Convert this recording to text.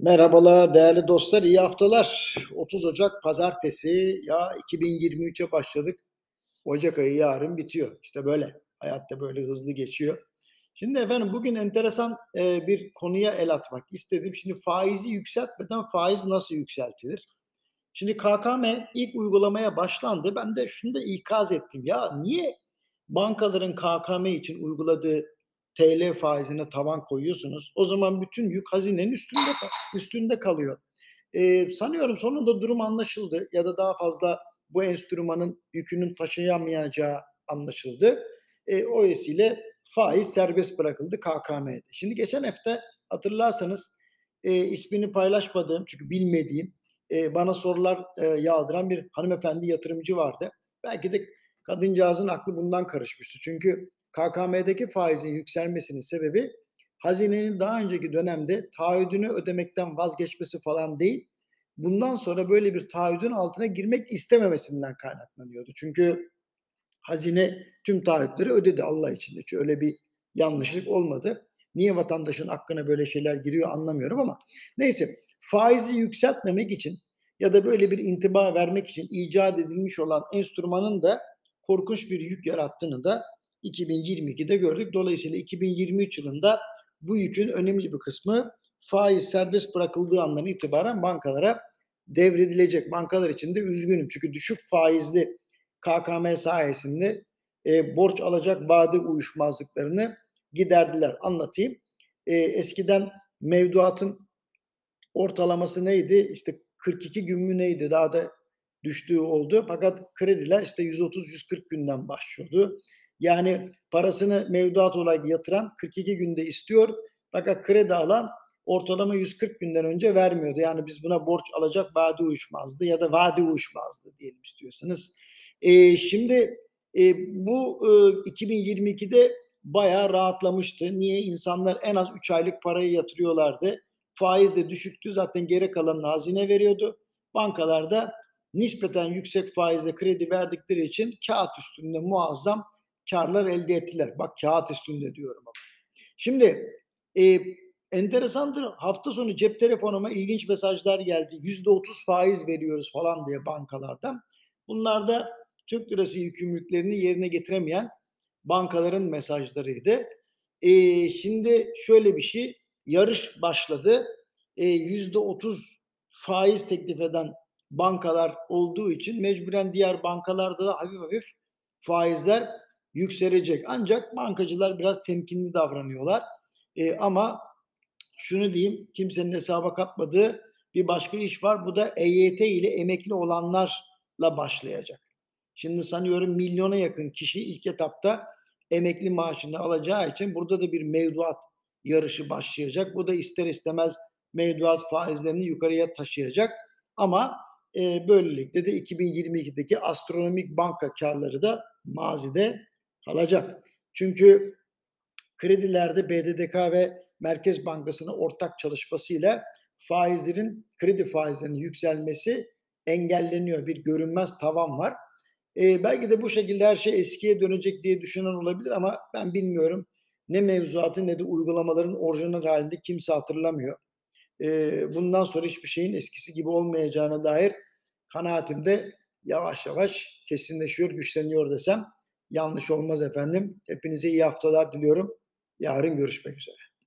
Merhabalar değerli dostlar, iyi haftalar. 30 Ocak Pazartesi, ya 2023'e başladık. Ocak ayı yarın bitiyor. İşte böyle, hayatta böyle hızlı geçiyor. Şimdi efendim bugün enteresan bir konuya el atmak istedim. Şimdi faizi yükseltmeden faiz nasıl yükseltilir? Şimdi KKM ilk uygulamaya başlandı. Ben de şunu da ikaz ettim. Ya niye bankaların KKM için uyguladığı TL faizine tavan koyuyorsunuz? O zaman bütün yük hazinenin üstünde kalıyor. Sanıyorum sonunda durum anlaşıldı ya da daha fazla bu enstrümanın yükünün taşıyamayacağı anlaşıldı. O vesile faiz serbest bırakıldı KKM'de. Şimdi geçen hafta hatırlarsanız ismini paylaşmadığım çünkü bilmediğim bana sorular yağdıran bir hanımefendi yatırımcı vardı. Belki de kadıncağızın aklı bundan karışmıştı. Çünkü KKM'deki faizin yükselmesinin sebebi hazinenin daha önceki dönemde taahhüdünü ödemekten vazgeçmesi falan değil. Bundan sonra böyle bir taahhüdün altına girmek istememesinden kaynaklanıyordu. Çünkü hazine tüm taahhütleri ödedi Allah için de. Çünkü öyle bir yanlışlık olmadı. Niye vatandaşın hakkına böyle şeyler giriyor anlamıyorum ama neyse, faizi yükseltmemek için ya da böyle bir intiba vermek için icat edilmiş olan enstrümanın da korkunç bir yük yarattığını da 2022'de gördük. Dolayısıyla 2023 yılında bu yükün önemli bir kısmı faiz serbest bırakıldığı andan itibaren bankalara devredilecek. Bankalar için de üzgünüm çünkü düşük faizli KKM sayesinde borç alacak vade uyuşmazlıklarını giderdiler. Anlatayım. Eskiden mevduatın ortalaması neydi? İşte 42 gün mü neydi? Daha da düştüğü oldu. Fakat krediler işte 130-140 günden başlıyordu. Yani parasını mevduat olarak yatıran 42 günde istiyor. Fakat kredi alan ortalama 140 günden önce vermiyordu. Yani biz buna borç alacak vade uyuşmazdı ya da vade uyuşmazdı diyelim istiyorsanız. Şimdi bu 2022'de bayağı rahatlamıştı. Niye? İnsanlar en az 3 aylık parayı yatırıyorlardı. Faiz de düşüktü. Zaten geri kalanını hazine veriyordu. Bankalarda nispeten yüksek faizle kredi verdikleri için kağıt üstünde muazzam karlar elde ettiler. Bak kağıt üstünde diyorum ama. Şimdi e, enteresandır. Hafta sonu cep telefonuma ilginç mesajlar geldi. %30 faiz veriyoruz falan diye bankalardan. Bunlar da Türk lirası yükümlülüklerini yerine getiremeyen bankaların mesajlarıydı. Şimdi şöyle bir şey, yarış başladı. %30 faiz teklif eden bankalar olduğu için mecburen diğer bankalarda da hafif hafif faizler yükselecek. Ancak bankacılar biraz temkinli davranıyorlar. Ama şunu diyeyim, kimsenin hesaba katmadığı bir başka iş var. Bu da EYT ile emekli olanlarla başlayacak. Şimdi sanıyorum milyona yakın kişi ilk etapta emekli maaşını alacağı için burada da bir mevduat yarışı başlayacak. Bu da ister istemez mevduat faizlerini yukarıya taşıyacak. Ama böylelikle de 2022'deki astronomik banka karları da mazide kalacak. Çünkü kredilerde BDDK ve Merkez Bankası'nın ortak çalışmasıyla kredi faizlerinin yükselmesi engelleniyor. Bir görünmez tavan var. Belki de bu şekilde her şey eskiye dönecek diye düşünen olabilir ama ben bilmiyorum. Ne mevzuatı ne de uygulamaların orijinal halinde kimse hatırlamıyor. Bundan sonra hiçbir şeyin eskisi gibi olmayacağına dair kanaatim de yavaş yavaş kesinleşiyor, güçleniyor desem yanlış olmaz efendim. Hepinize iyi haftalar diliyorum. Yarın görüşmek üzere.